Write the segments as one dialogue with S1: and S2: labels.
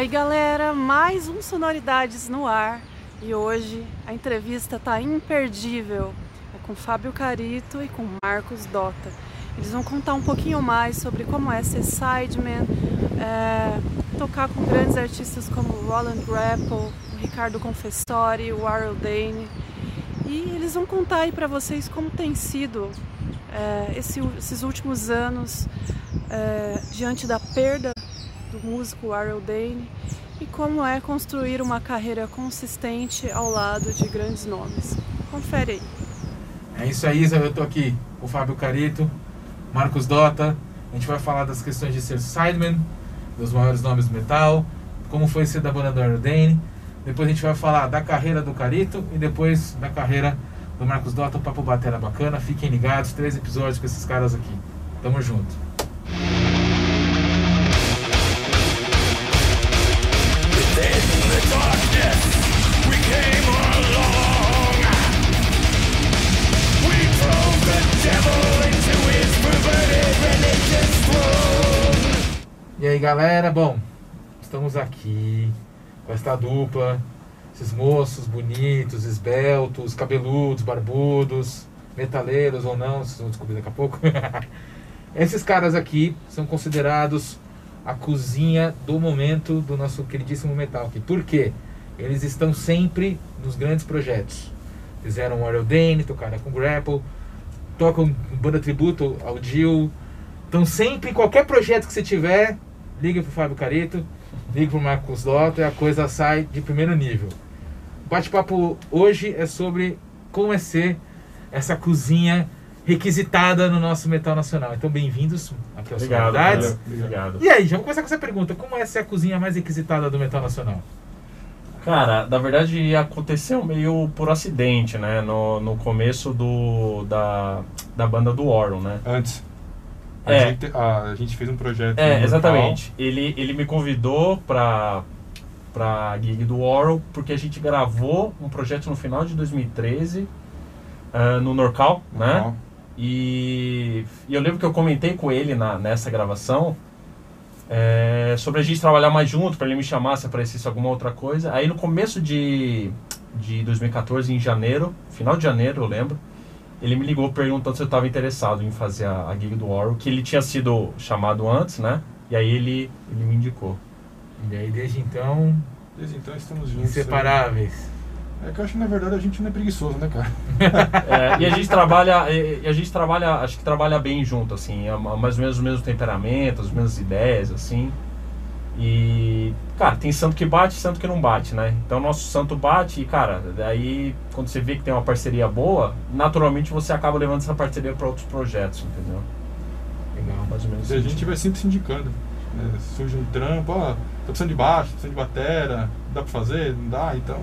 S1: aí galera, mais um Sonoridades no ar e hoje a entrevista tá imperdível, é com Fábio Carito e com Marcos Dota. Eles vão contar um pouquinho mais sobre como é ser sideman, tocar com grandes artistas como Roland Grapple, o Ricardo Confessori, o Warrell Dane, e eles vão contar aí pra vocês como tem sido esses últimos anos diante da perda do músico Warrell Dane e como é construir uma carreira consistente ao lado de grandes nomes. Confere aí.
S2: É isso aí, Isa. Eu tô aqui com o Fábio Carito, Marcos Dota. A gente vai falar das questões de ser sideman, dos maiores nomes do metal, como foi ser da banda do Warrell Dane. Depois a gente vai falar da carreira do Carito e depois da carreira do Marcos Dota. Um papo batera bacana. Fiquem ligados, 3 episódios com esses caras aqui. Tamo junto. E aí galera, bom, estamos aqui com esta dupla, esses moços bonitos, esbeltos, cabeludos, barbudos, metaleiros ou não, vocês vão descobrir daqui a pouco. Esses caras aqui são considerados a cozinha do momento do nosso queridíssimo metal aqui. Por quê? Eles estão sempre nos grandes projetos. Fizeram o Warrell Dane, tocaram com o Grapple, tocam banda tributo ao Dio. Então sempre, em qualquer projeto que você tiver, liga pro Fábio Carito, liga pro Marcos Dota e a coisa sai de primeiro nível. O bate-papo hoje é sobre como é ser essa cozinha requisitada no nosso metal nacional. Então bem-vindos aqui aos Sonoridades.
S3: Obrigado.
S2: E aí, já vou começar com essa pergunta. Como é ser a cozinha mais requisitada do metal nacional?
S3: Cara, na verdade aconteceu meio por acidente, né? No começo da banda do Warrell, né?
S4: Antes. A gente fez um projeto.
S3: Exatamente. Ele me convidou pra gig do Warrell, porque a gente gravou um projeto no final de 2013 no Norcal, né? E eu lembro que eu comentei com ele nessa gravação sobre a gente trabalhar mais junto, para ele me chamar se aparecesse alguma outra coisa. Aí no começo de 2014, em janeiro, final de janeiro eu lembro, ele me ligou perguntando se eu estava interessado em fazer a gig do Warrell, que ele tinha sido chamado antes, né? E aí ele me indicou.
S2: E aí desde então
S4: estamos juntos.
S2: Inseparáveis.
S4: É que eu acho que na verdade a gente não é preguiçoso, né, cara?
S3: E a gente trabalha, acho que trabalha bem junto, assim, mais ou menos o mesmo temperamento, as mesmas ideias, assim. E, cara, tem santo que bate, santo que não bate, né? Então o nosso santo bate e, cara, daí quando você vê que tem uma parceria boa, naturalmente você acaba levando essa parceria para outros projetos, entendeu?
S2: Legal.
S3: Mais ou menos
S4: E a gente vai sempre se indicando. Surge um trampo, tô precisando de baixo, tô precisando de batera, dá pra fazer? Não dá? Então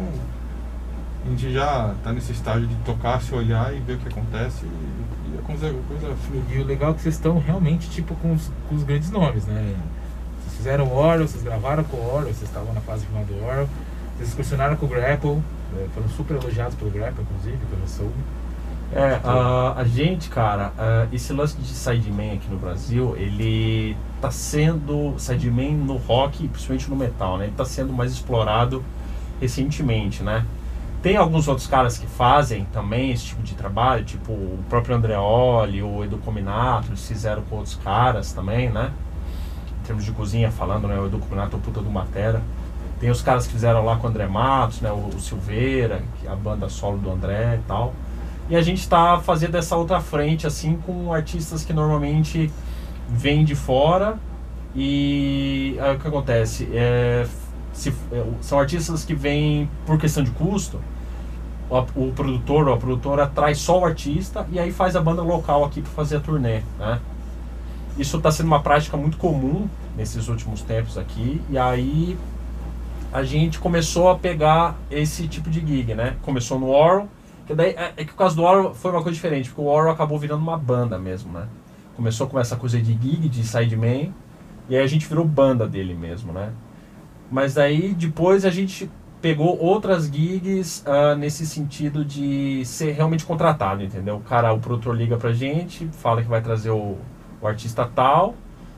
S4: a gente já tá nesse estágio de tocar, se olhar e ver o que acontece e a coisa flui.
S2: E o legal é que vocês estão realmente tipo com os grandes nomes, né? Vocês fizeram o Warrell, vocês gravaram com o Warrell, vocês estavam na fase final do Warrell, vocês excursionaram com o Grapple, foram super elogiados pelo Grapple, inclusive, pelo soube.
S3: A gente, cara, esse lance de sideman aqui no Brasil, ele tá sendo sideman no rock, principalmente no metal, né? Ele tá sendo mais explorado recentemente, né? Tem alguns outros caras que fazem também esse tipo de trabalho, tipo o próprio Andreoli, o Edu Cominato, eles fizeram com outros caras também, né? Em termos de cozinha falando, né? O Edu Cominato é o puta do batera. Tem os caras que fizeram lá com o André Matos, né? O Silveira, que é a banda solo do André e tal. E a gente tá fazendo essa outra frente, assim, com artistas que normalmente vêm de fora. E aí o que acontece? São artistas que vêm por questão de custo. O produtor ou a produtora traz só o artista e aí faz a banda local aqui para fazer a turnê, né? Isso está sendo uma prática muito comum nesses últimos tempos aqui. E aí a gente começou a pegar esse tipo de gig, né? Começou no Warrell, que daí que o caso do Warrell foi uma coisa diferente, porque o Warrell acabou virando uma banda mesmo, né? Começou com essa coisa de gig, de sideman, e aí a gente virou banda dele mesmo, né? Mas aí depois a gente pegou outras gigs nesse sentido de ser realmente contratado, entendeu? O produtor liga pra gente, fala que vai trazer o artista tal,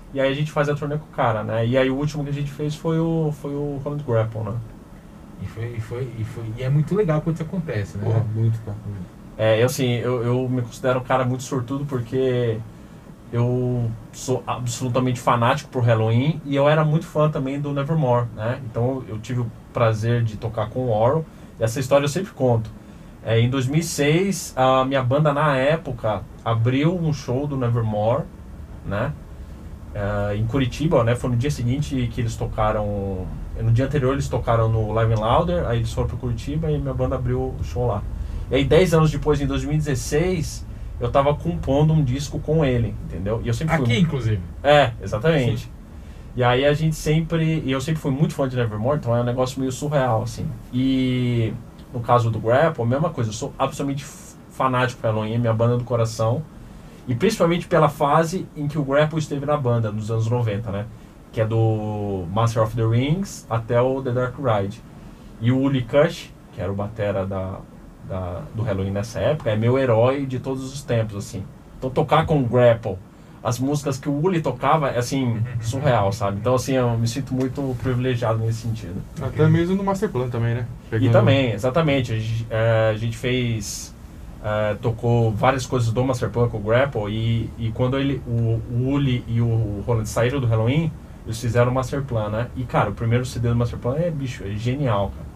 S3: E aí a gente faz a turnê com o cara, né? E aí o último que a gente fez foi o Holland Grapple, né?
S2: E é muito legal quando isso acontece, né?
S4: Porra, muito, cara.
S3: Eu me considero um cara muito sortudo porque eu sou absolutamente fanático por Halloween e eu era muito fã também do Nevermore, né? Então eu tive o prazer de tocar com o Oro. E essa história eu sempre conto. Em 2006, a minha banda na época abriu um show do Nevermore, né? Em Curitiba, né? Foi no dia seguinte que eles tocaram. No dia anterior eles tocaram no Live and Louder, aí eles foram para Curitiba e minha banda abriu o show lá. E aí 10 anos depois, em 2016, eu tava compondo um disco com ele, entendeu? E eu sempre fui
S2: Aqui, inclusive.
S3: Exatamente. Sim. E aí eu sempre fui muito fã de Nevermore, então é um negócio meio surreal, assim. E no caso do Grapple, a mesma coisa, eu sou absolutamente fanático pelo Halloween, minha banda do coração. E principalmente pela fase em que o Grapple esteve na banda, nos anos 90, né? Que é do Master of the Rings até o The Dark Ride. E o Uli Kush, que era o batera do Halloween nessa época, é meu herói de todos os tempos, assim. Então tocar com o Grapple, as músicas que o Uli tocava, é assim, surreal, sabe? Então assim, eu me sinto muito privilegiado nesse sentido.
S4: Até mesmo no Masterplan também, né?
S3: E também, exatamente. A gente fez... tocou várias coisas do Masterplan com o Grapple e quando o Uli e o Roland saíram do Halloween, eles fizeram o Masterplan, né? E cara, o primeiro CD do Masterplan é genial, cara.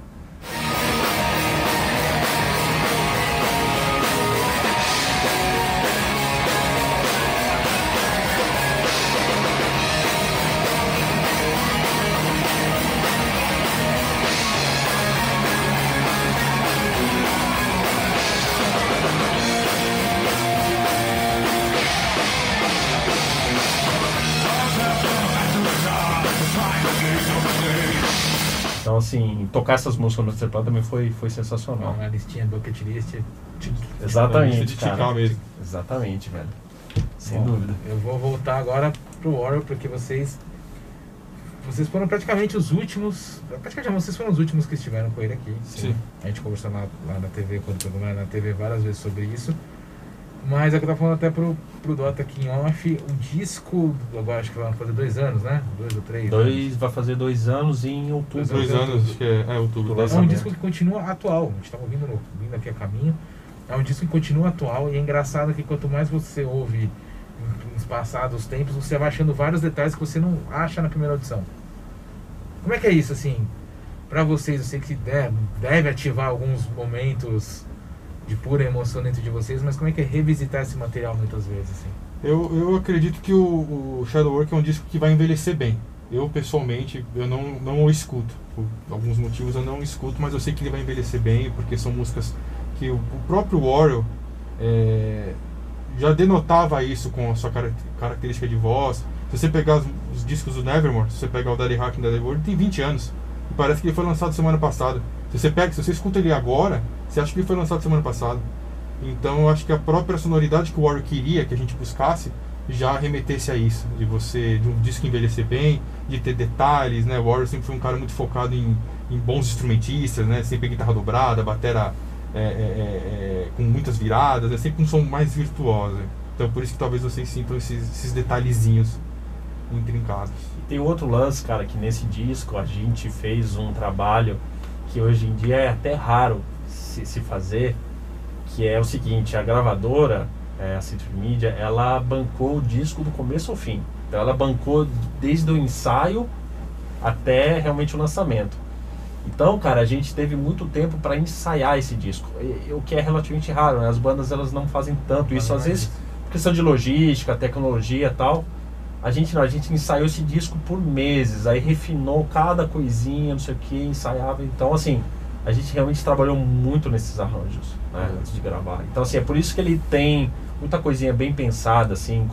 S3: Então, assim, tocar essas músicas no Masterplan também foi sensacional.
S2: Uma listinha, bucket list.
S3: Exatamente,
S4: cara.
S3: cara.
S4: Mesmo.
S3: Exatamente, velho. Sem dúvida.
S2: Eu vou voltar agora pro Warrior, porque vocês foram praticamente os últimos. Vocês foram os últimos que estiveram com ele aqui.
S4: Sim.
S2: A gente conversou lá na TV, quando o programa era na TV, várias vezes sobre isso. Mas é que eu tava falando até pro Dota aqui em off, o disco, agora acho que vai fazer 2 anos, né? 2 ou 3?
S3: Vai fazer 2 anos em outubro.
S4: 2 anos, acho que é outubro.
S2: É um disco que continua atual, a gente tava vindo aqui a caminho. É um disco que continua atual e é engraçado que quanto mais você ouve nos passados tempos, você vai achando vários detalhes que você não acha na primeira audição. Como é que é isso, assim, pra vocês? Eu sei que deve ativar alguns momentos de pura emoção dentro de vocês, mas como é que é revisitar esse material muitas vezes, assim?
S4: Eu acredito que o Shadowwork é um disco que vai envelhecer bem. Eu, pessoalmente, eu não o escuto. Por alguns motivos eu não escuto, mas eu sei que ele vai envelhecer bem, porque são músicas que o próprio Warrior já denotava isso com a sua característica de voz. Se você pegar os discos do Nevermore, se você pegar o Daddy Hack e o Daddy World, ele tem 20 anos. E parece que ele foi lançado semana passada. Se você escuta ele agora, você acha que ele foi lançado semana passada. Então eu acho que a própria sonoridade que o Warrior queria que a gente buscasse já remetesse a isso, de um disco envelhecer bem, de ter detalhes, né? O Warrior sempre foi um cara muito focado em bons instrumentistas, né? Sempre guitarra dobrada, batera com muitas viradas, é sempre um som mais virtuoso. Então por isso que talvez vocês sintam esses detalhezinhos intrincados.
S3: E tem outro lance, cara, que nesse disco a gente fez um trabalho que hoje em dia é até raro se fazer, que é o seguinte: a gravadora, a Century Media, ela bancou o disco do começo ao fim. Então ela bancou desde o ensaio até realmente o lançamento. Então, cara, a gente teve muito tempo para ensaiar esse disco, o que é relativamente raro, né? As bandas, elas não fazem tanto isso, às vezes por questão de logística, tecnologia e tal. A gente ensaiou esse disco por meses, aí refinou cada coisinha, não sei o que, ensaiava. Então, assim, a gente realmente trabalhou muito nesses arranjos, né, antes de gravar. Então, assim, é por isso que ele tem muita coisinha bem pensada, assim,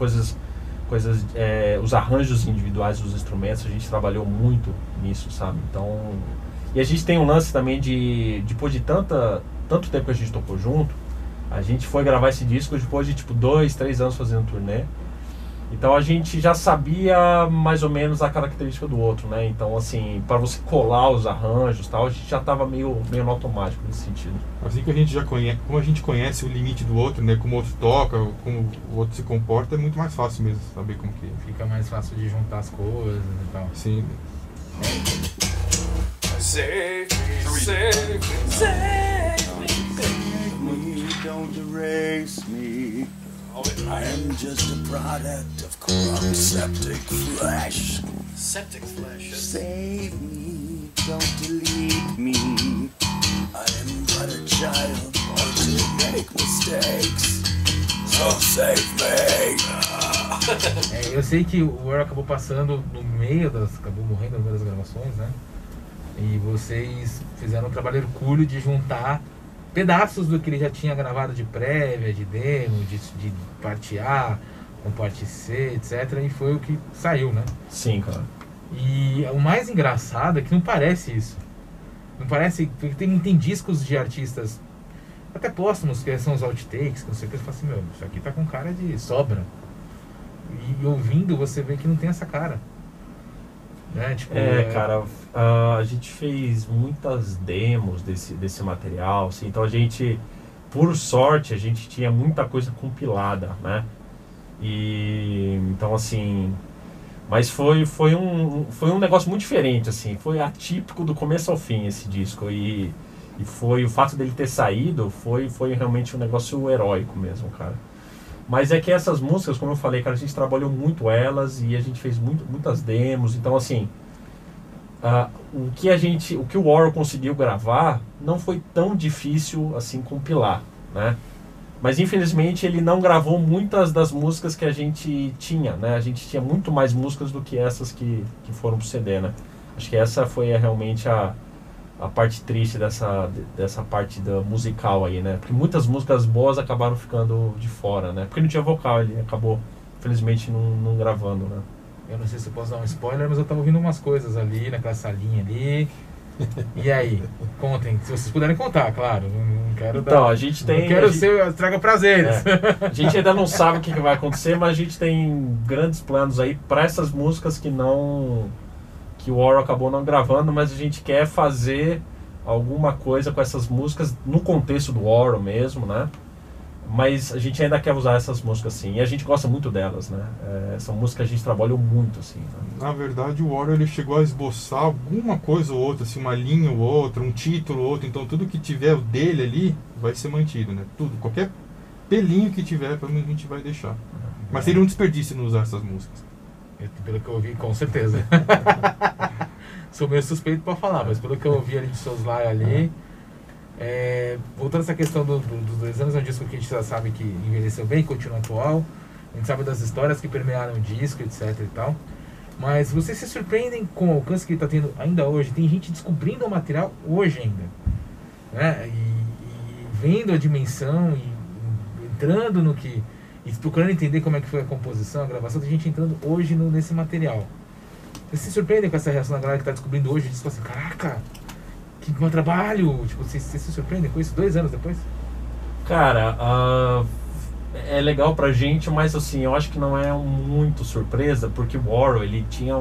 S3: os arranjos individuais dos instrumentos, a gente trabalhou muito nisso, sabe? Então, e a gente tem um lance também depois de tanto tempo que a gente tocou junto, a gente foi gravar esse disco depois de, 2, 3 anos fazendo turnê. Então a gente já sabia mais ou menos a característica do outro, né? Então assim, para você colar os arranjos, tal, a gente já estava meio no automático nesse sentido.
S4: Assim que a gente já conhece, como a gente conhece o limite do outro, né? Como o outro toca, como o outro se comporta, é muito mais fácil mesmo saber como que
S2: Fica mais fácil de juntar as coisas e tal.
S4: Sim.
S5: Save me, save me, save me.
S6: Save me, don't erase me. I am just a product of corrupt septic flesh.
S5: Septic flesh.
S6: Save me, don't delete me. I am but a child born to make mistakes. So save me.
S2: Eu sei que o War acabou passando no meio acabou morrendo no meio das gravações, né? E vocês fizeram um trabalho hercúleo de juntar pedaços do que ele já tinha gravado de prévia, de demo, de parte A com parte C, etc. E foi o que saiu, né?
S3: Sim, cara.
S2: E o mais engraçado é que não parece isso. Não parece, porque tem discos de artistas até póstumos, que são os outtakes, que não sei o que, você fala assim, meu, isso aqui tá com cara de sobra. E ouvindo, você vê que não tem essa cara. Né? Tipo,
S3: cara, a gente fez muitas demos desse material, assim, então a gente, por sorte, a gente tinha muita coisa compilada, né? E então assim, mas foi um negócio muito diferente, assim, foi atípico do começo ao fim esse disco e foi o fato dele ter saído foi realmente um negócio heróico mesmo, cara. Mas é que essas músicas, como eu falei, cara, a gente trabalhou muito elas e a gente fez muitas demos. Então, assim, o que o Warhol conseguiu gravar não foi tão difícil assim compilar, né? Mas infelizmente ele não gravou muitas das músicas que a gente tinha, né? A gente tinha muito mais músicas do que essas que foram pro CD, né? Acho que essa foi realmente a parte triste dessa parte da musical aí, né? Porque muitas músicas boas acabaram ficando de fora, né? Porque não tinha vocal, ele acabou, infelizmente, não gravando, né?
S2: Eu não sei se eu posso dar um spoiler, mas eu tava ouvindo umas coisas ali, naquela salinha ali. E aí? Contem, se vocês puderem contar, claro. Não quero
S3: então, a gente tem...
S2: Não quero traga prazeres.
S3: A gente ainda não sabe o que vai acontecer, mas a gente tem grandes planos aí para essas músicas que o Warhol acabou não gravando, mas a gente quer fazer alguma coisa com essas músicas no contexto do Warhol mesmo, né? Mas a gente ainda quer usar essas músicas sim, e a gente gosta muito delas, né? São músicas que a gente trabalhou muito, assim. Né?
S4: Na verdade, o Warhol ele chegou a esboçar alguma coisa ou outra, assim, uma linha ou outra, um título ou outro, então tudo que tiver dele ali vai ser mantido, né? Tudo, qualquer pelinho que tiver, a gente vai deixar. Mas seria um desperdício não usar essas músicas.
S2: Pelo que eu ouvi, com certeza. Sou meio suspeito para falar, mas pelo que eu ouvi ali de Soulfly ali, voltando a essa questão dos 2 anos, é um disco que a gente já sabe que envelheceu bem, continua atual, a gente sabe das histórias que permearam o disco, etc e tal, mas vocês se surpreendem com o alcance que ele está tendo ainda hoje. Tem gente descobrindo o material hoje ainda, né? E vendo a dimensão e entrando no que... e procurando entender como é que foi a composição, a gravação, tem gente entrando hoje nesse material. Vocês se surpreendem com essa reação da galera que está descobrindo hoje? Diz assim, caraca, que bom trabalho! Tipo, vocês se surpreendem com isso 2 anos depois?
S3: Cara, é legal pra gente, mas assim, eu acho que não é muito surpresa, porque o Warhol, ele tinha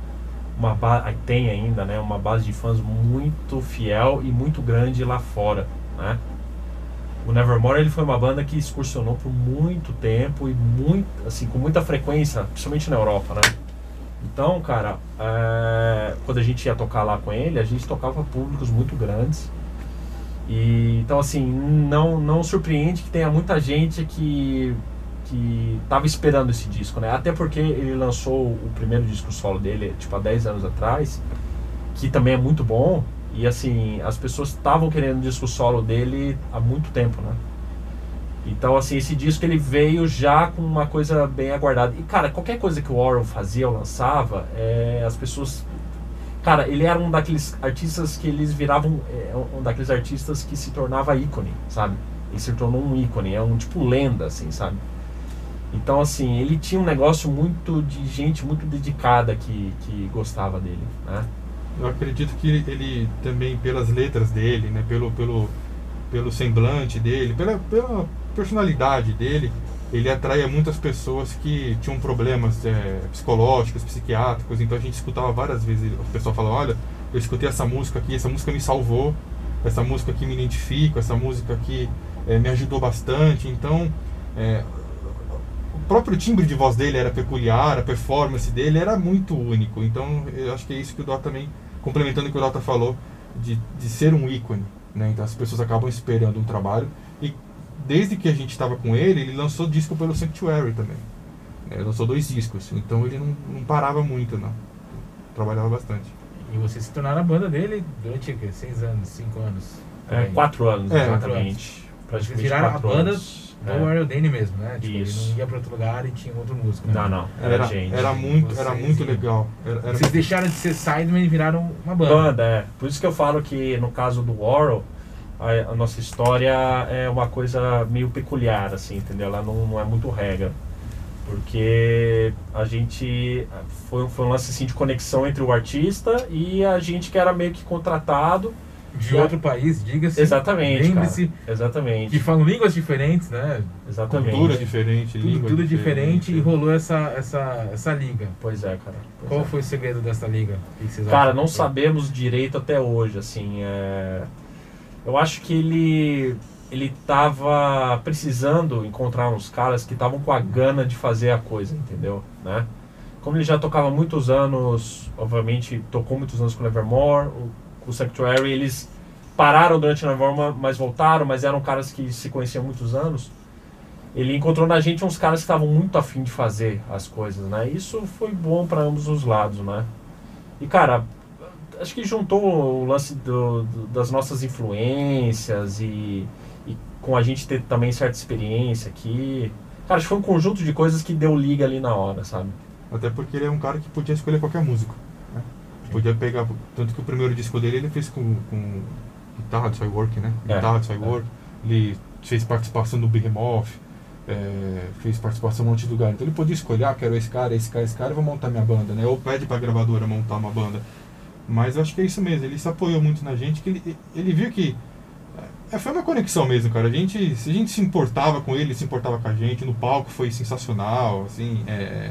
S3: tem ainda, né, uma base de fãs muito fiel e muito grande lá fora, né? O Nevermore, ele foi uma banda que excursionou por muito tempo e com muita frequência, principalmente na Europa, né? Então, cara, quando a gente ia tocar lá com ele, a gente tocava públicos muito grandes. E, então, assim, não surpreende que tenha muita gente que tava esperando esse disco, né? Até porque ele lançou o primeiro disco solo dele, tipo, há 10 anos atrás, que também é muito bom. E assim, as pessoas estavam querendo o disco solo dele há muito tempo, né? Então, assim, esse disco ele veio já com uma coisa bem aguardada. E, cara, qualquer coisa que o Warhol fazia ou lançava, as pessoas... Cara, ele era um daqueles artistas que eles viravam... um daqueles artistas que se tornava ícone, sabe? Ele se tornou um ícone, é um tipo lenda, assim, sabe? Então, assim, ele tinha um negócio muito de gente muito dedicada que gostava dele, né?
S4: Eu acredito que ele também, pelas letras dele, né, pelo semblante dele, pela personalidade dele, ele atraía muitas pessoas que tinham problemas psicológicos, psiquiátricos. Então a gente escutava várias vezes, o pessoal falava, olha, eu escutei essa música aqui, essa música me salvou, essa música aqui me identifico, essa música aqui me ajudou bastante. Então o próprio timbre de voz dele era peculiar, a performance dele era muito único. Então eu acho que é isso que o Dota também, complementando o que o Dota falou, de ser um ícone, né? Então as pessoas acabam esperando um trabalho. E desde que a gente estava com ele lançou disco pelo Sanctuary também. Ele lançou 2 discos, então ele não parava muito, não. Trabalhava bastante.
S2: E vocês se tornaram a banda dele durante 6 anos, 5 anos?
S3: 4 anos, exatamente.
S2: Vocês viraram a banda do Warren Dane mesmo, né? Tipo,
S3: Isso.
S2: ele não ia para outro lugar e tinha outro músico. Né?
S3: Não, era gente.
S4: Era muito legal.
S2: Vocês deixaram de ser sidemen e viraram uma banda.
S3: Por isso que eu falo que no caso do Warren, a nossa história é uma coisa meio peculiar, assim, entendeu? Ela não é muito regra. Porque a gente... Foi um lance assim, de conexão entre o artista e a gente que era meio que contratado.
S2: De outro país, diga-se.
S3: Exatamente,
S2: Lembre-se.
S3: Exatamente.
S2: Que falam línguas diferentes, né?
S3: Exatamente.
S4: Cultura diferente, língua
S2: tudo diferente e rolou essa liga.
S3: Pois é, cara.
S2: Qual foi o segredo dessa liga? O que vocês
S3: Cara,
S2: acham?
S3: não sabemos direito até hoje, assim. Eu acho que ele tava precisando encontrar uns caras que estavam com a gana de fazer a coisa, entendeu? Né? Como ele já tocava muitos anos, obviamente tocou muitos anos com o Nevermore, o Sanctuary, eles pararam durante o Nevermore, mas voltaram, mas eram caras que se conheciam há muitos anos. Ele encontrou na gente uns caras que estavam muito afim de fazer as coisas, né? Isso foi bom para ambos os lados, né? E, cara, acho que juntou o lance das nossas influências e com a gente ter também certa experiência aqui. Cara, acho que foi um conjunto de coisas que deu liga ali na hora, sabe?
S4: Até porque ele é um cara que podia escolher qualquer músico, né? Podia pegar, tanto que o primeiro disco dele ele fez com guitarra de Soilwork, né? Guitarra de Soilwork. Ele fez participação no Behemoth, fez participação em um monte de lugar. Então ele podia escolher, quero esse cara, eu vou montar minha banda, né? Ou pede pra gravadora montar uma banda. Mas eu acho que é isso mesmo, ele se apoiou muito na gente, que ele viu que foi uma conexão mesmo, cara. Se a gente se importava com ele se importava com a gente, no palco foi sensacional, assim,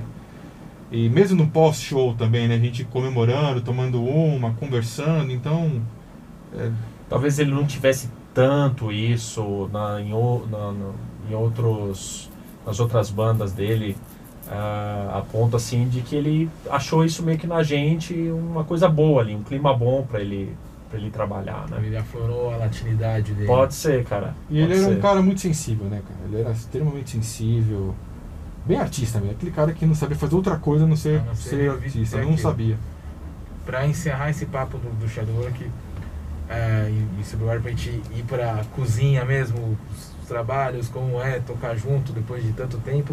S4: e mesmo no pós-show também, né, a gente comemorando, tomando conversando, então...
S3: Talvez ele não tivesse tanto isso nas outras bandas dele, a ponto assim de que ele achou isso meio que na gente uma coisa boa ali, um clima bom pra ele trabalhar, né?
S2: Ele aflorou a latinidade dele.
S3: Pode ser, cara.
S4: E ele era um cara muito sensível, né, cara? Ele era extremamente sensível, bem artista mesmo. Aquele cara que não sabia fazer outra coisa a não ser artista, não sabia.
S2: Pra encerrar esse papo do Shadowwork e sobre o Warren, pra gente ir pra cozinha mesmo, os trabalhos, como é tocar junto depois de tanto tempo,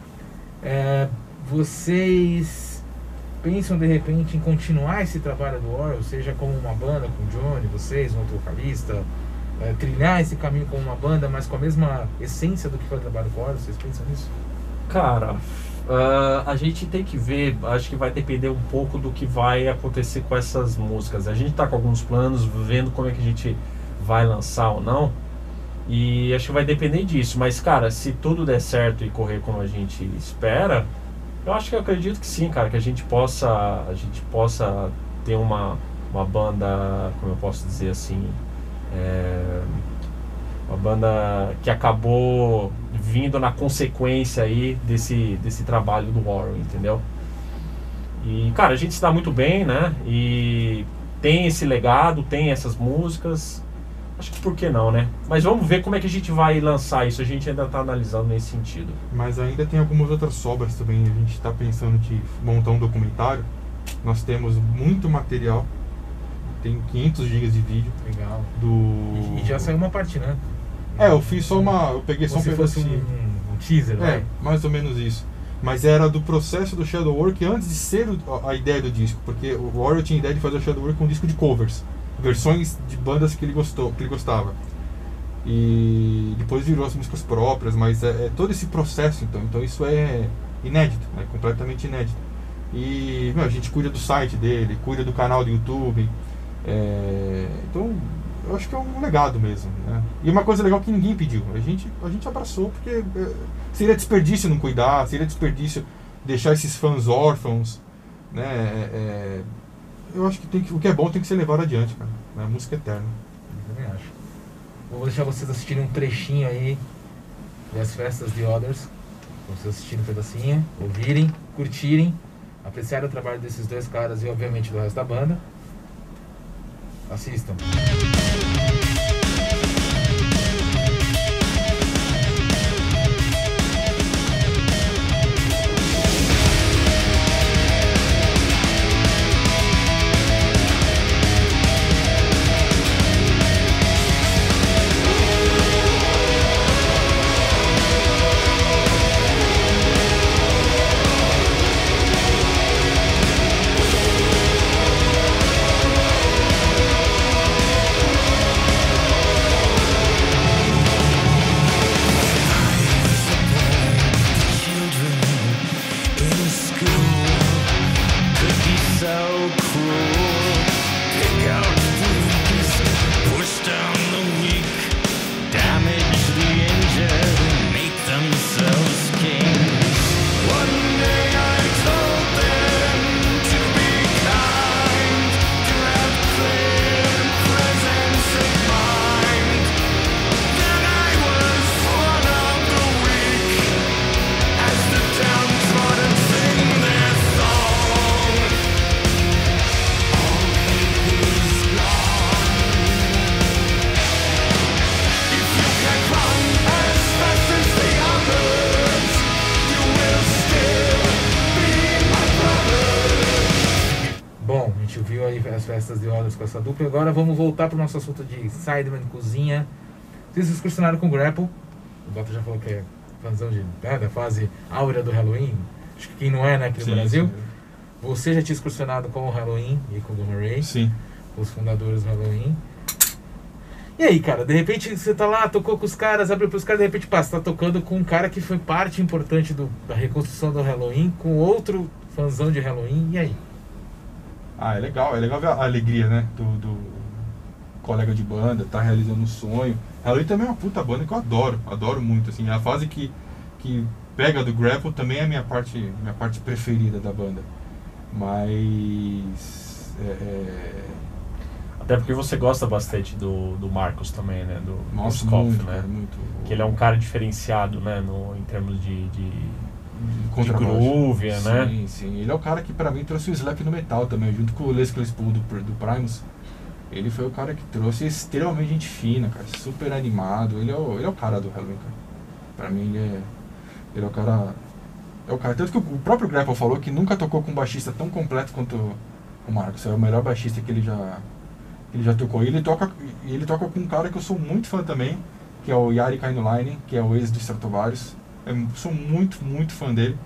S2: vocês pensam de repente em continuar esse trabalho do Warren, seja como uma banda com o Johnny, vocês, um outro vocalista, trilhar esse caminho como uma banda, mas com a mesma essência do que foi o trabalho com o Warren? Vocês pensam nisso?
S3: Cara, a gente tem que ver, acho que vai depender um pouco do que vai acontecer com essas músicas. A gente tá com alguns planos, vendo como é que a gente vai lançar ou não, e acho que vai depender disso. Mas, cara, se tudo der certo e correr como a gente espera, eu acredito que sim, cara, que a gente possa ter uma banda, como eu posso dizer assim, uma banda que acabou vindo na consequência aí desse trabalho do Warren, entendeu? E, cara, a gente se dá muito bem, né? E tem esse legado, tem essas músicas. Acho que por que não, né? Mas vamos ver como é que a gente vai lançar isso. A gente ainda está analisando nesse sentido.
S4: Mas ainda tem algumas outras obras também. A gente está pensando de montar um documentário. Nós temos muito material. Tem 500 GB de vídeo.
S2: Legal. E já saiu uma parte, né?
S4: Eu fiz só eu peguei só um pedacinho.
S2: Um teaser, né?
S4: Mais ou menos isso. Mas era do processo do Shadowwork antes de ser a ideia do disco. Porque o Warren tinha a ideia de fazer o Shadowwork com um disco de covers. Versões de bandas que ele gostava. E depois virou as músicas próprias, mas é todo esse processo, então isso é inédito, é completamente inédito. E a gente cuida do site dele, cuida do canal do YouTube. Então eu acho que é um legado mesmo, né? E uma coisa legal que ninguém pediu, a gente abraçou porque seria desperdício não cuidar, seria desperdício deixar esses fãs órfãos, né? Eu acho que o que é bom tem que ser levado adiante, cara. A música é eterna.
S2: Eu também acho. Vou deixar vocês assistirem um trechinho aí das festas de Others. Vocês assistirem um pedacinho, ouvirem, curtirem, apreciarem o trabalho desses dois caras e obviamente do resto da banda. Assistam. As festas de Others com essa dupla. Agora vamos voltar para o nosso assunto de Sidemen, cozinha. Vocês excursionaram com o Grapple. O Dota já falou que é fãzão da fase áurea do Halloween. Acho que quem não é, né, aqui no Brasil. Sim. Você já tinha excursionado com o Halloween e com o Gamma Ray.
S4: Sim.
S2: Os fundadores do Halloween. E aí, cara, de repente você tá lá, tocou com os caras, abriu pros caras, de repente passa, tá tocando com um cara que foi parte importante da reconstrução do Halloween, com outro fãzão de Halloween. E aí?
S4: É legal ver a alegria, né, do colega de banda, tá realizando um sonho. Halloween também é uma puta banda que eu adoro muito, assim, a fase que pega do Grapple também é a minha parte preferida da banda, mas
S3: até porque você gosta bastante do Marcos também, né, do
S4: Nossa,
S3: Koff,
S4: muito,
S3: né,
S4: cara, muito.
S3: Que ele é um cara diferenciado, né, em termos de
S4: groove,
S3: né?
S4: Sim. Ele é o cara que pra mim trouxe o slap no metal também, junto com o Les Claypool do Primus. Ele foi o cara que trouxe, extremamente gente fina, cara, super animado. Ele é o cara do Halloween, cara. Pra mim ele é o cara. É o cara. Tanto que o próprio Grapple falou que nunca tocou com um baixista tão completo quanto o Marcos. É o melhor baixista que ele já tocou. E ele toca com um cara que eu sou muito fã também, que é o Jari Kainulainen, que é o ex do Stratovarius. Eu sou muito, muito fã dele.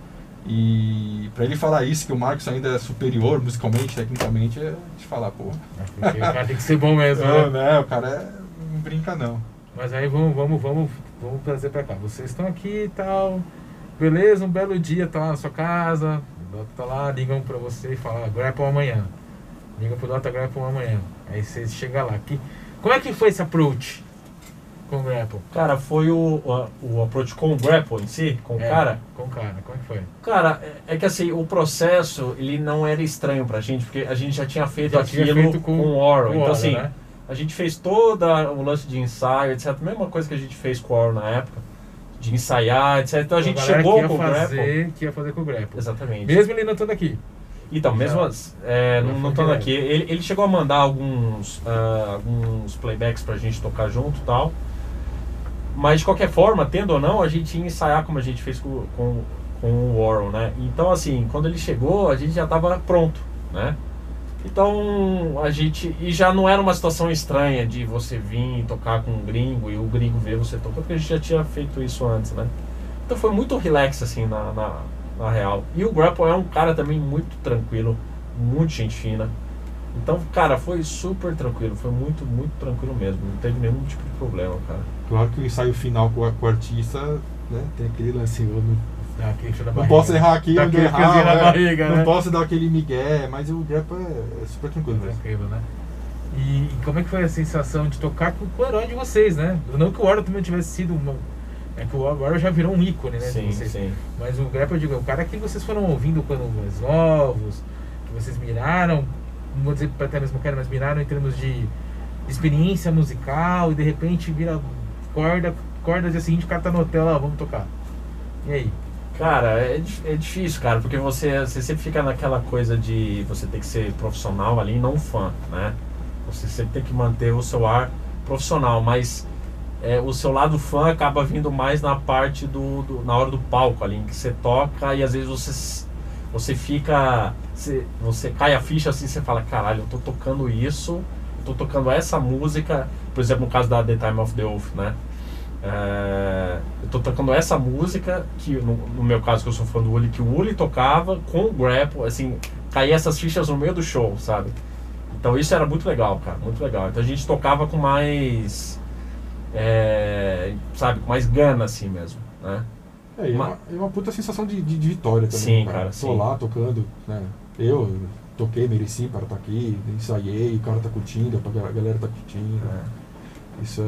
S4: E pra ele falar isso, que o Marcos ainda é superior musicalmente, tecnicamente, é de falar, pô.
S2: Porque o cara tem que ser bom mesmo,
S4: né? O cara não brinca não.
S2: Mas aí vamos trazer pra cá. Vocês estão aqui e tal, beleza, um belo dia, tá lá na sua casa, o Dota tá lá, ligam pra você e falam, Grapple amanhã. Ligam pro Dota, Grapple amanhã. Aí você chega lá. Como é que foi esse approach com o Grapple?
S3: Cara, foi o approach com o Grapple em si, com o cara?
S2: Com o cara, como é que foi?
S3: Cara, é que assim, o processo, ele não era estranho pra gente, porque a gente já tinha feito aquilo com o Warren. Então assim, né? A gente fez todo o lance de ensaio, etc. Mesma coisa que a gente fez com o Warren na época, de ensaiar, etc. Então a gente chegou com o Grapple.
S2: Que ia fazer com o Grapple.
S3: Exatamente.
S2: Mesmo ele não estando aqui.
S3: Então, mesmo não estando aqui, ele chegou a mandar alguns playbacks pra gente tocar junto e tal. Mas de qualquer forma, tendo ou não, a gente ia ensaiar como a gente fez com o Warren, né? Então assim, quando ele chegou, a gente já estava pronto, né? Então a gente... E já não era uma situação estranha de você vir e tocar com um gringo e o gringo ver você tocando, porque a gente já tinha feito isso antes, né? Então foi muito relax assim na real. E o Grapple é um cara também muito tranquilo, muito gente fina. Então, cara, foi super tranquilo, foi muito, muito tranquilo mesmo, não teve nenhum tipo de problema, cara.
S4: Claro que o ensaio final com o artista, né, tem aquele lance, não posso errar aqui,
S2: não
S4: posso dar aquele migué, mas o Grapple é super tranquilo.
S2: Tranquilo, né? E como é que foi a sensação de tocar com o herói de vocês, né? Não que o Warhol também tivesse sido é que o Warhol já virou um ícone, né?
S3: Sim,
S2: de vocês.
S3: sim.
S2: Mas o Grapple, eu digo, é o cara que vocês foram ouvindo quando mais novos, que vocês miraram, não vou dizer até mesmo cara, mas miraram em termos de experiência musical, e de repente vira corda dia seguinte o cara tá no hotel, vamos tocar. E aí?
S3: Cara, é difícil, cara, porque você sempre fica naquela coisa de você ter que ser profissional ali e não fã, né? Você sempre tem que manter o seu ar profissional, mas o seu lado fã acaba vindo mais na parte na hora do palco ali, em que você toca e às vezes você fica, você cai a ficha assim, você fala, caralho, eu tô tocando isso, eu tô tocando essa música, por exemplo, no caso da The Time of the Oath, né? Eu tô tocando essa música que no meu caso, que eu sou fã do Uli, que o Uli tocava com o Grapple, assim, caía essas fichas no meio do show, sabe? Então isso era muito legal, cara, muito legal. Então a gente tocava com mais sabe, com mais gana assim mesmo, né?
S4: É uma puta sensação de vitória também.
S3: Sim,
S4: cara.
S3: cara,
S4: Tô
S3: sim.
S4: lá tocando, né? Eu toquei, mereci para estar aqui, ensaiei, o cara tá curtindo, a galera tá curtindo. Isso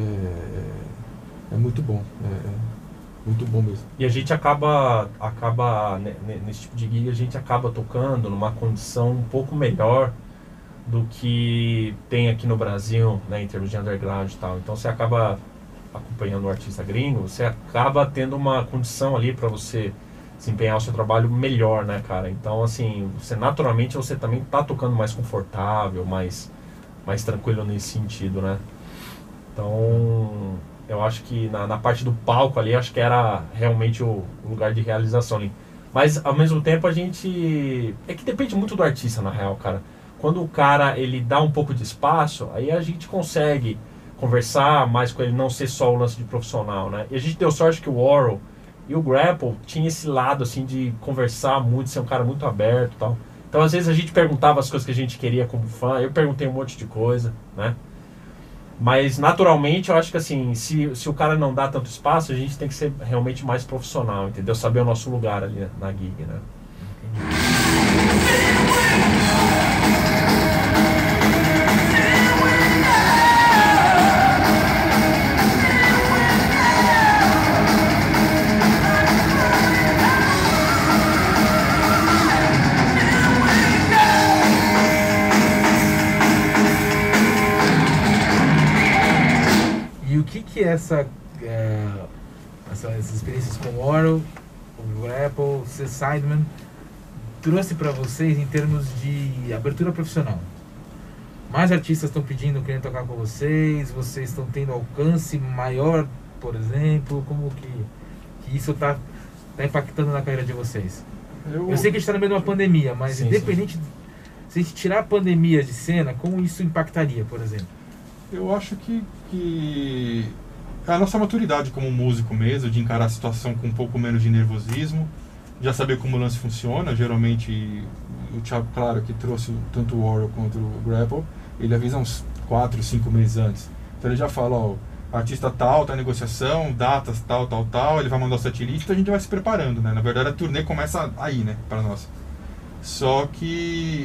S4: é muito bom, muito bom mesmo.
S3: E a gente acaba nesse tipo de gig, a gente acaba tocando numa condição um pouco melhor do que tem aqui no Brasil, né, em termos de underground e tal. Então você acaba acompanhando o artista gringo, você acaba tendo uma condição ali para você desempenhar o seu trabalho melhor, né, cara? Então, assim, naturalmente você também tá tocando mais confortável, mais tranquilo nesse sentido, né? Então, eu acho que na parte do palco ali, acho que era realmente o lugar de realização ali. Mas, ao mesmo tempo, a gente... É que depende muito do artista, na real, cara. Quando o cara, ele dá um pouco de espaço, aí a gente consegue conversar mais com ele, não ser só o lance de profissional, né? E a gente deu sorte que o Warhol e o Grapple tinha esse lado, assim, de conversar muito, ser um cara muito aberto e tal. Então, às vezes, a gente perguntava as coisas que a gente queria como fã, eu perguntei um monte de coisa, né? Mas, naturalmente, eu acho que, assim, se o cara não dá tanto espaço, a gente tem que ser realmente mais profissional, entendeu? Saber o nosso lugar ali na gig, né?
S2: E o que essas experiências com o Warhol, o Grapple, o C. Sideman trouxe para vocês em termos de abertura profissional? Mais artistas estão querendo tocar com vocês estão tendo alcance maior, por exemplo? Como que isso tá impactando na carreira de vocês? Eu sei que a gente está no meio de uma pandemia, mas
S3: Sim,
S2: independente, se a gente tirar a pandemia de cena, como isso impactaria, por exemplo?
S4: Eu acho que a nossa maturidade como músico mesmo, de encarar a situação com um pouco menos de nervosismo, já saber como o lance funciona. Geralmente o Thiago, claro, que trouxe tanto o Warhol quanto o Grapple, ele avisa uns 4, 5 meses antes. Então ele já fala, ó, artista tal, tá em negociação, datas tal, ele vai mandar o setlist, então a gente vai se preparando, né? Na verdade a turnê começa aí, né, para nós. Só que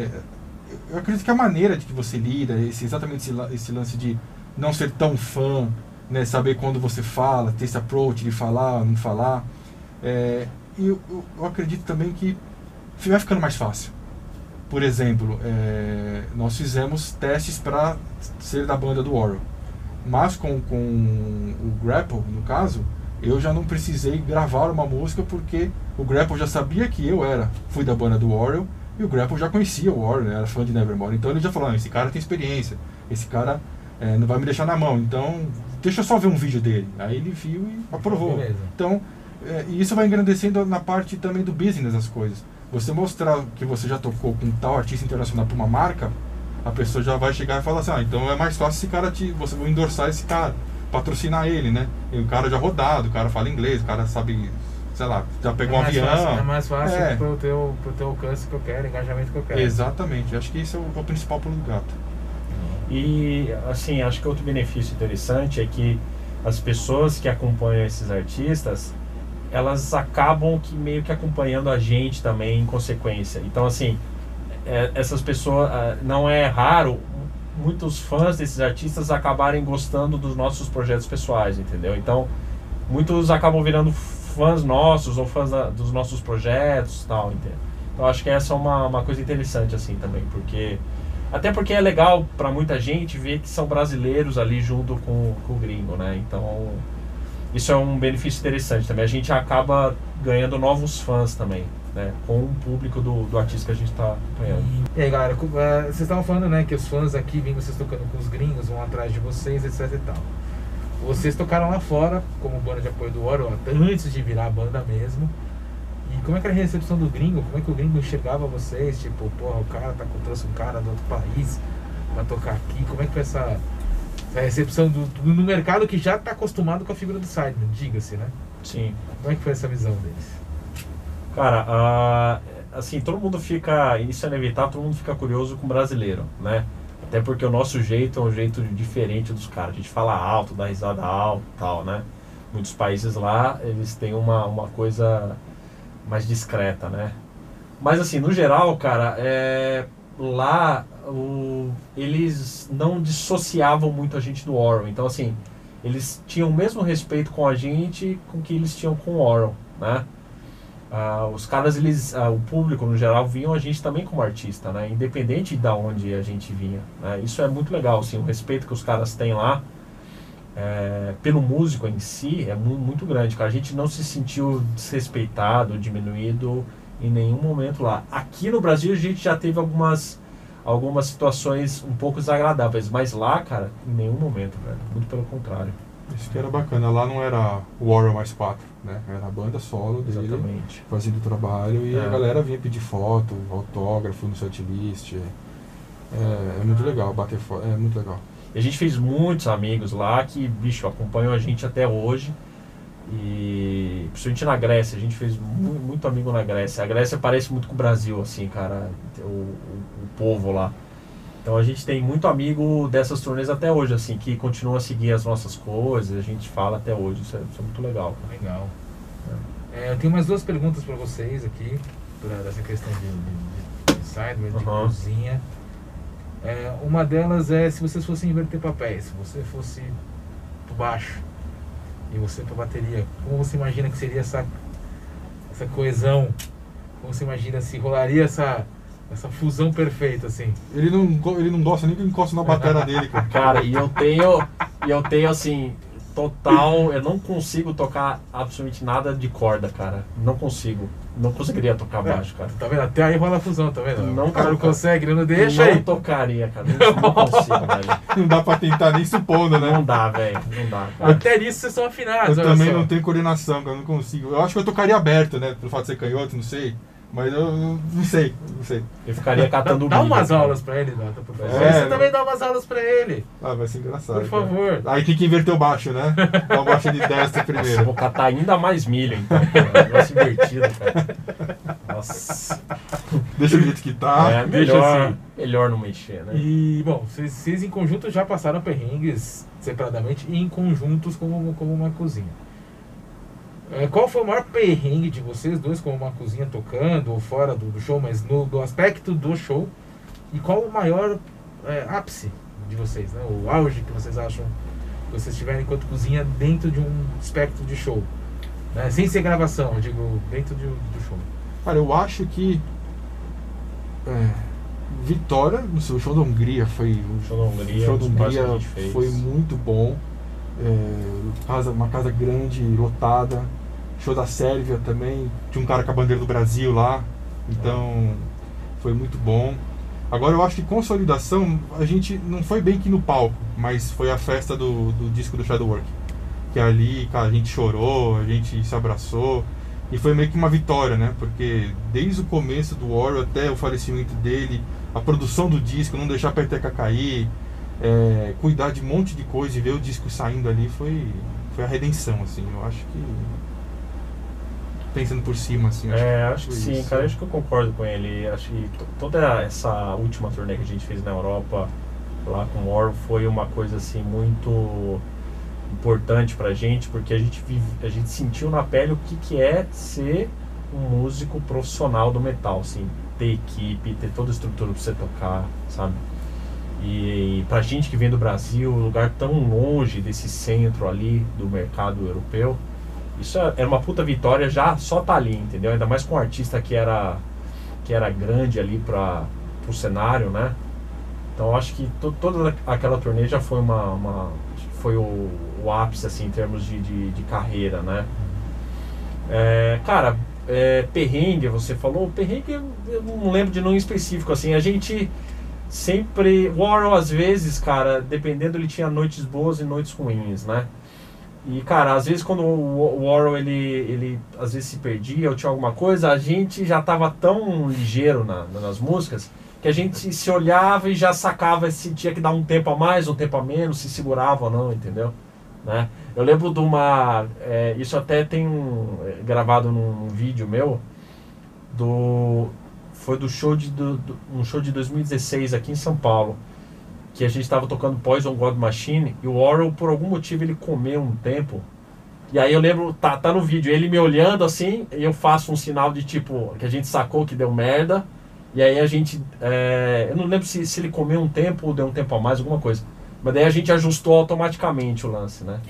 S4: eu acredito que a maneira de que você lida, exatamente esse lance de não ser tão fã, né, saber quando você fala, ter esse approach de falar, não falar, e eu acredito também que vai ficando mais fácil. Por exemplo, nós fizemos testes para ser da banda do Warhol, mas com o Grapple, no caso, eu já não precisei gravar uma música porque o Grapple já sabia que fui da banda do Warhol, e o Grapple já conhecia o Warhol, né, era fã de Nevermore, então ele já falou, esse cara tem experiência, esse cara não vai me deixar na mão, então deixa eu só ver um vídeo dele. Aí ele viu e aprovou.
S2: Beleza.
S4: Então, e isso vai engrandecendo na parte também do business das coisas. Você mostrar que você já tocou com tal artista internacional para uma marca, a pessoa já vai chegar e falar assim, então é mais fácil esse cara você vai endossar esse cara, patrocinar ele, né? E o cara já rodado, o cara fala inglês, o cara sabe, sei lá, já pegou um avião.
S2: É mais fácil pro teu alcance que eu quero, engajamento que eu quero.
S4: Exatamente, acho que esse é o principal pulo do gato.
S3: E, assim, acho que outro benefício interessante é que as pessoas que acompanham esses artistas, elas acabam meio que acompanhando a gente também em consequência. Então, assim, essas pessoas, não é raro muitos fãs desses artistas acabarem gostando dos nossos projetos pessoais, entendeu? Então, muitos acabam virando fãs nossos ou fãs dos nossos projetos e tal, entendeu? Então, acho que essa é uma coisa interessante, assim, também, porque... Até porque é legal para muita gente ver que são brasileiros ali junto com o gringo, né? Então, isso é um benefício interessante também. A gente acaba ganhando novos fãs também, né? Com o público do artista que a gente está ganhando.
S2: E aí, galera, vocês estavam falando, né, que os fãs aqui, vindo vocês tocando com os gringos, vão atrás de vocês, etc e tal. Vocês tocaram lá fora, como banda de apoio do Warhol, até antes de virar a banda mesmo. E como é que era a recepção do gringo? Como é que o gringo enxergava vocês? Tipo, porra, o cara trouxe um cara do outro país pra tocar aqui. Como é que foi essa recepção no mercado que já tá acostumado com a figura do Sidemen, diga-se, né?
S3: Sim.
S2: Como é que foi essa visão deles?
S3: Cara, assim, todo mundo fica, isso é inevitável, todo mundo fica curioso com o brasileiro, né? Até porque o nosso jeito é um jeito diferente dos caras. A gente fala alto, dá risada alto e tal, né? Muitos países lá, eles têm uma coisa mais discreta, né? Mas assim, no geral, cara, lá eles não dissociavam muito a gente do Warhol. Então assim, eles tinham o mesmo respeito com a gente com que eles tinham com o Warhol, né? Os caras, o público no geral viam a gente também como artista, né? Independente de onde a gente vinha, né? Isso é muito legal, assim, o respeito que os caras têm lá pelo músico em si é muito grande, cara. A gente não se sentiu desrespeitado, diminuído em nenhum momento lá. Aqui no Brasil a gente já teve algumas situações um pouco desagradáveis, mas lá, cara, em nenhum momento, velho. Muito pelo contrário.
S4: Isso que era bacana, lá não era o Warhol mais 4, né? Era a banda solo dele,
S3: Exatamente.
S4: fazendo o trabalho e a galera vinha pedir foto, autógrafo no setlist. É muito legal, bater foto, é muito legal.
S3: E a gente fez muitos amigos lá que, bicho, acompanham a gente até hoje. E principalmente na Grécia, a gente fez muito amigo na Grécia. A Grécia parece muito com o Brasil, assim, cara, o povo lá. Então a gente tem muito amigo dessas turnês até hoje, assim, que continua a seguir as nossas coisas, a gente fala até hoje, isso é muito legal.
S2: Legal. Eu tenho mais duas perguntas para vocês aqui, dessa questão de Sidemen, de cozinha. Uma delas é se vocês fossem inverter papéis, se você fosse pro baixo e você pra bateria, como você imagina que seria essa coesão? Como você imagina se rolaria essa fusão perfeita, assim?
S4: Ele não gosta nem que eu encoste na bateria dele, cara.
S3: Cara, e eu tenho assim, total, eu não consigo tocar absolutamente nada de corda, cara. Não consigo. Não conseguiria tocar baixo, cara.
S2: Tá vendo? Até aí rola a fusão, tá vendo?
S3: Não,
S2: o cara não consegue, ele não deixa
S3: não
S2: aí.
S3: Tocaria, cara. Não consigo, velho.
S4: Não dá pra tentar nem supondo, né?
S3: Não dá, velho. Não dá, cara.
S2: Até nisso vocês são afinados,
S4: Eu
S2: olha
S4: também
S2: só.
S4: não tenho coordenação, cara, eu não consigo. Eu acho que eu tocaria aberto, né? Pelo fato de ser canhoto, não sei. Mas eu não sei.
S3: Eu ficaria catando o
S2: Dá
S3: bico,
S2: umas
S3: cara.
S2: aulas pra ele, Dota, por favor.
S4: É,
S2: Você
S4: não.
S2: também dá umas aulas pra ele.
S4: Vai ser engraçado.
S2: Por
S4: cara.
S2: favor.
S4: Aí tem que inverter o baixo, né? Dá um baixo de destra
S3: Nossa, eu
S4: primeiro.
S3: vou catar ainda mais milho, então. Cara. Negócio invertido, cara. Nossa.
S4: Deixa o jeito que tá.
S2: deixa
S3: Melhor não mexer, né?
S2: E, bom, vocês em conjunto já passaram perrengues separadamente e em conjuntos como uma cozinha. Qual foi o maior perrengue de vocês dois como uma cozinha tocando ou fora do show, mas do aspecto do show? E qual o maior ápice de vocês, né? O auge que vocês acham que vocês tiveram enquanto cozinha dentro de um espectro de show? Né? Sem ser gravação, eu digo dentro do show.
S4: Cara, eu acho que Vitória, no seu show da Hungria foi
S3: Show da Hungria,
S4: show da
S3: um dos maiores que a
S4: Hungria
S3: gente fez.
S4: foi muito bom. Uma casa grande, lotada. Show da Sérvia também, tinha um cara com a bandeira do Brasil lá, então foi muito bom. Agora eu acho que consolidação, a gente não foi bem que no palco, mas foi a festa do disco do Shadowwork. Que ali, cara, a gente chorou, a gente se abraçou. E foi meio que uma vitória, né? Porque desde o começo do Warhol até o falecimento dele, a produção do disco, não deixar a peteca cair, cuidar de um monte de coisa e ver o disco saindo ali foi a redenção, assim. Eu acho que, pensando por cima, assim...
S3: Acho que sim, cara, acho que eu concordo com ele. Acho que toda essa última turnê que a gente fez na Europa, lá com o Warhol, foi uma coisa, assim, muito importante pra gente, porque a gente sentiu na pele o que é ser um músico profissional do metal, assim, ter equipe, ter toda a estrutura pra você tocar, sabe? E pra gente que vem do Brasil, um lugar tão longe desse centro ali do mercado europeu, isso era uma puta vitória já só tá ali, entendeu? Ainda mais com um artista que era grande ali pro cenário, né? Então eu acho que toda aquela turnê já foi foi o ápice, assim, em termos de carreira, né? Cara, perrengue, você falou, perrengue eu não lembro de nenhum específico, assim, a gente sempre, o Warhol às vezes, cara, dependendo, ele tinha noites boas e noites ruins, né? E, cara, às vezes quando o Warhol, ele às vezes se perdia ou tinha alguma coisa, a gente já tava tão ligeiro nas músicas, que a gente se olhava e já sacava se tinha que dar um tempo a mais, um tempo a menos, se segurava ou não, entendeu? Né? Eu lembro de isso até tem gravado num vídeo meu, foi do show um show de 2016 aqui em São Paulo, que a gente estava tocando Poison God Machine, e o Warhol, por algum motivo, ele comeu um tempo, e aí eu lembro, tá no vídeo, ele me olhando assim, e eu faço um sinal de tipo, que a gente sacou que deu merda, e aí a gente, eu não lembro se ele comeu um tempo ou deu um tempo a mais, alguma coisa, mas daí a gente ajustou automaticamente o lance, né?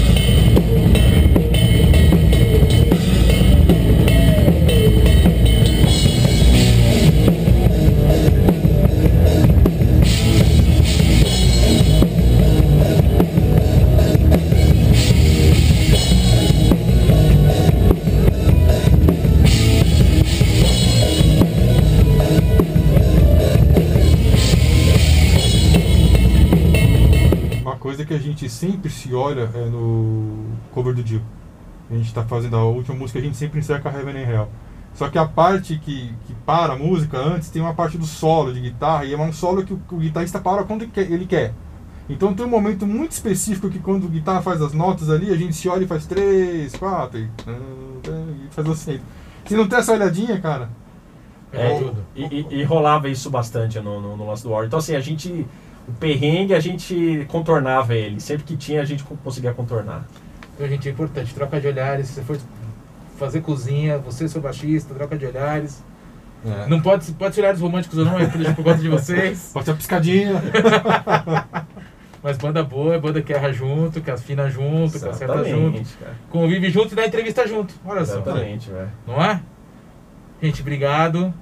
S4: Coisa que a gente sempre se olha é no cover do Dio. A gente tá fazendo a última música, a gente sempre encerra com a Heaven and Hell. Só que a parte que para a música antes tem uma parte do solo de guitarra, e é um solo que o guitarrista para quando ele quer. Então tem um momento muito específico que quando o guitarra faz as notas ali, a gente se olha e faz 3, 4 e faz assim. Se não tem essa olhadinha, cara...
S3: E rolava isso bastante no lance do Warhol. Então assim, o perrengue a gente contornava ele. Sempre que tinha, a gente conseguia contornar.
S2: Então, gente, é importante, troca de olhares. Se você for fazer cozinha, você, seu baixista, troca de olhares. Não pode ser olhares românticos ou não, é por conta de vocês.
S4: Pode ser uma piscadinha.
S2: Mas banda boa é banda que erra junto, que afina junto, que acerta junto.
S3: Cara.
S2: Convive junto e dá entrevista junto. Olha
S3: Exatamente,
S2: só.
S3: velho.
S2: Não é? Gente, obrigado.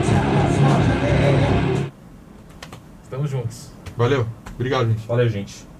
S2: Estamos juntos.
S4: Valeu. Obrigado, gente.
S3: Valeu, gente.